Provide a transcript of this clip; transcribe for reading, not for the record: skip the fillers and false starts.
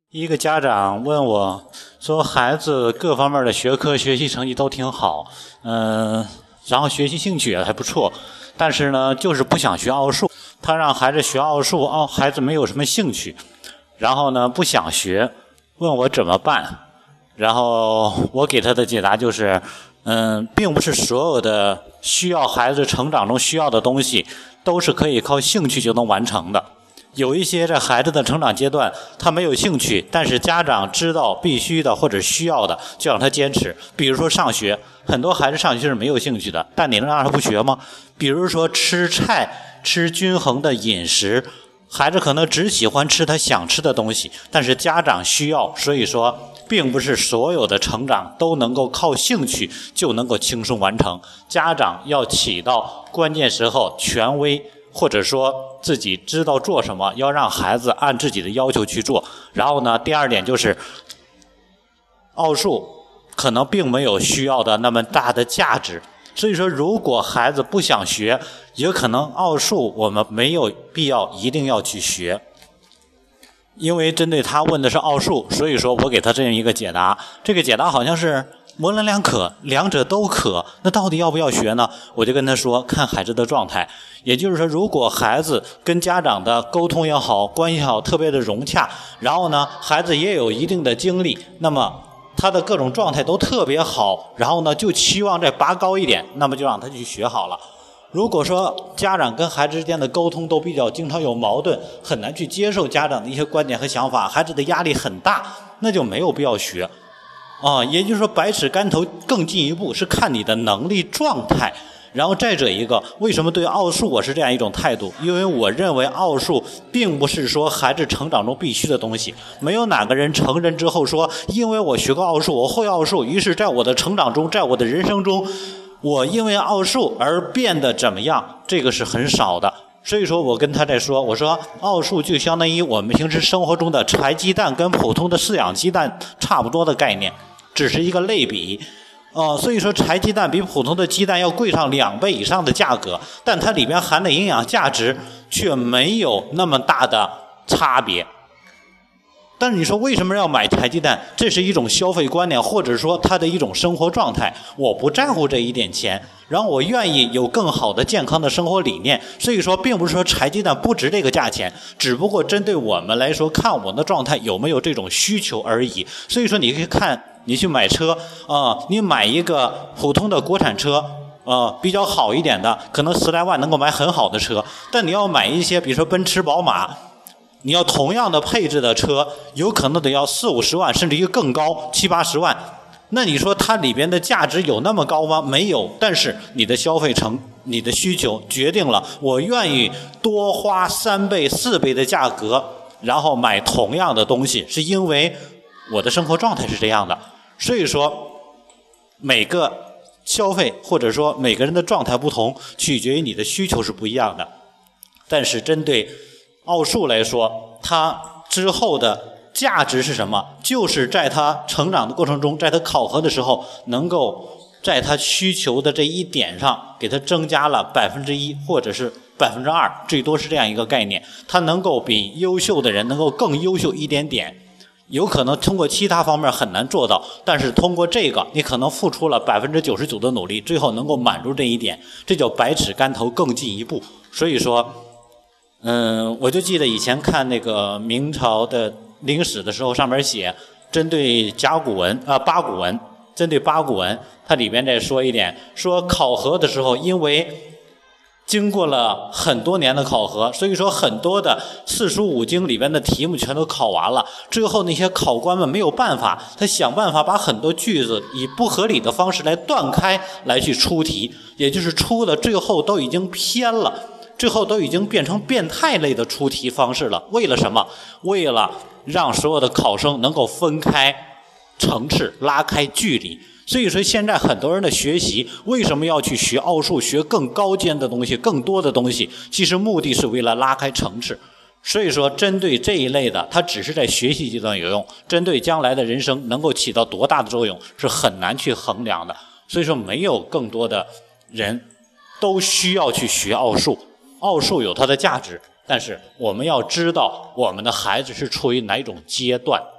一个家长问我说，孩子各方面的学科学习成绩都挺好，然后学习兴趣也还不错，但是呢，就是不想学奥数。他让孩子学奥数，孩子没有什么兴趣，然后呢不想学，问我怎么办。然后我给他的解答就是，并不是所有的需要孩子成长中需要的东西都是可以靠兴趣就能完成的。有一些在孩子的成长阶段他没有兴趣，但是家长知道必须的或者需要的就让他坚持。比如说上学，很多孩子上学是没有兴趣的，但你能让他不学吗？比如说吃菜，吃均衡的饮食，孩子可能只喜欢吃他想吃的东西，但是家长需要，所以说并不是所有的成长都能够靠兴趣就能够轻松完成。家长要起到关键时候权威，或者说自己知道做什么，要让孩子按自己的要求去做。然后呢，第二点就是奥数可能并没有需要的那么大的价值，所以说如果孩子不想学，也可能奥数我们没有必要一定要去学。因为针对他问的是奥数，所以说我给他这样一个解答。这个解答好像是模棱两可，两者都可，那到底要不要学呢？我就跟他说，看孩子的状态。也就是说，如果孩子跟家长的沟通也好，关系好，特别的融洽，然后呢，孩子也有一定的精力，那么他的各种状态都特别好，然后呢，就期望再拔高一点，那么就让他去学好了。如果说家长跟孩子之间的沟通都比较经常有矛盾，很难去接受家长的一些观点和想法，孩子的压力很大，那就没有必要学。也就是说百尺竿头更进一步是看你的能力状态。然后再者一个，为什么对奥数我是这样一种态度？因为我认为奥数并不是说孩子成长中必须的东西，没有哪个人成人之后说，因为我学过奥数，我会奥数，于是在我的成长中，在我的人生中，我因为奥数而变得怎么样，这个是很少的。所以说我跟他在说，我说奥数就相当于我们平时生活中的柴鸡蛋跟普通的饲养鸡蛋差不多的概念，只是一个类比。所以说柴鸡蛋比普通的鸡蛋要贵上2倍以上的价格，但它里边含的营养价值却没有那么大的差别。但是你说为什么要买柴鸡蛋？这是一种消费观念，或者说他的一种生活状态。我不在乎这一点钱，然后我愿意有更好的健康的生活理念。所以说并不是说柴鸡蛋不值这个价钱，只不过针对我们来说，看我们的状态有没有这种需求而已。所以说你可以看，你去买车你买一个普通的国产车比较好一点的，可能10来万能够买很好的车，但你要买一些比如说奔驰宝马，你要同样的配置的车，有可能得要40、50万，甚至于更高，70、80万。那你说它里边的价值有那么高吗？没有。但是你的消费你的需求决定了，我愿意多花3倍、4倍的价格，然后买同样的东西，是因为我的生活状态是这样的。所以说，每个消费或者说每个人的状态不同，取决于你的需求是不一样的。但是针对奥数来说，它之后的价值是什么？就是在他成长的过程中，在他考核的时候，能够在他需求的这一点上给他增加了1%或者是2%，最多是这样一个概念。他能够比优秀的人能够更优秀一点点，有可能通过其他方面很难做到，但是通过这个，你可能付出了99%的努力，最后能够满足这一点，这叫百尺竿头更进一步。所以说我就记得以前看那个明朝的历史的时候，上面写针对八股文，针对八股文，它里边再说一点，说考核的时候，因为经过了很多年的考核，所以说很多的四书五经里边的题目全都考完了，最后那些考官们没有办法，他想办法把很多句子以不合理的方式来断开来去出题，也就是出的最后都已经偏了，最后都已经变成变态类的出题方式了。为了什么？为了让所有的考生能够分开层次，拉开距离。所以说现在很多人的学习为什么要去学奥数，学更高阶的东西，更多的东西，其实目的是为了拉开层次。所以说针对这一类的，它只是在学习阶段有用，针对将来的人生能够起到多大的作用是很难去衡量的。所以说没有更多的人都需要去学奥数，奥数有它的价值，但是我们要知道我们的孩子是处于哪一种阶段。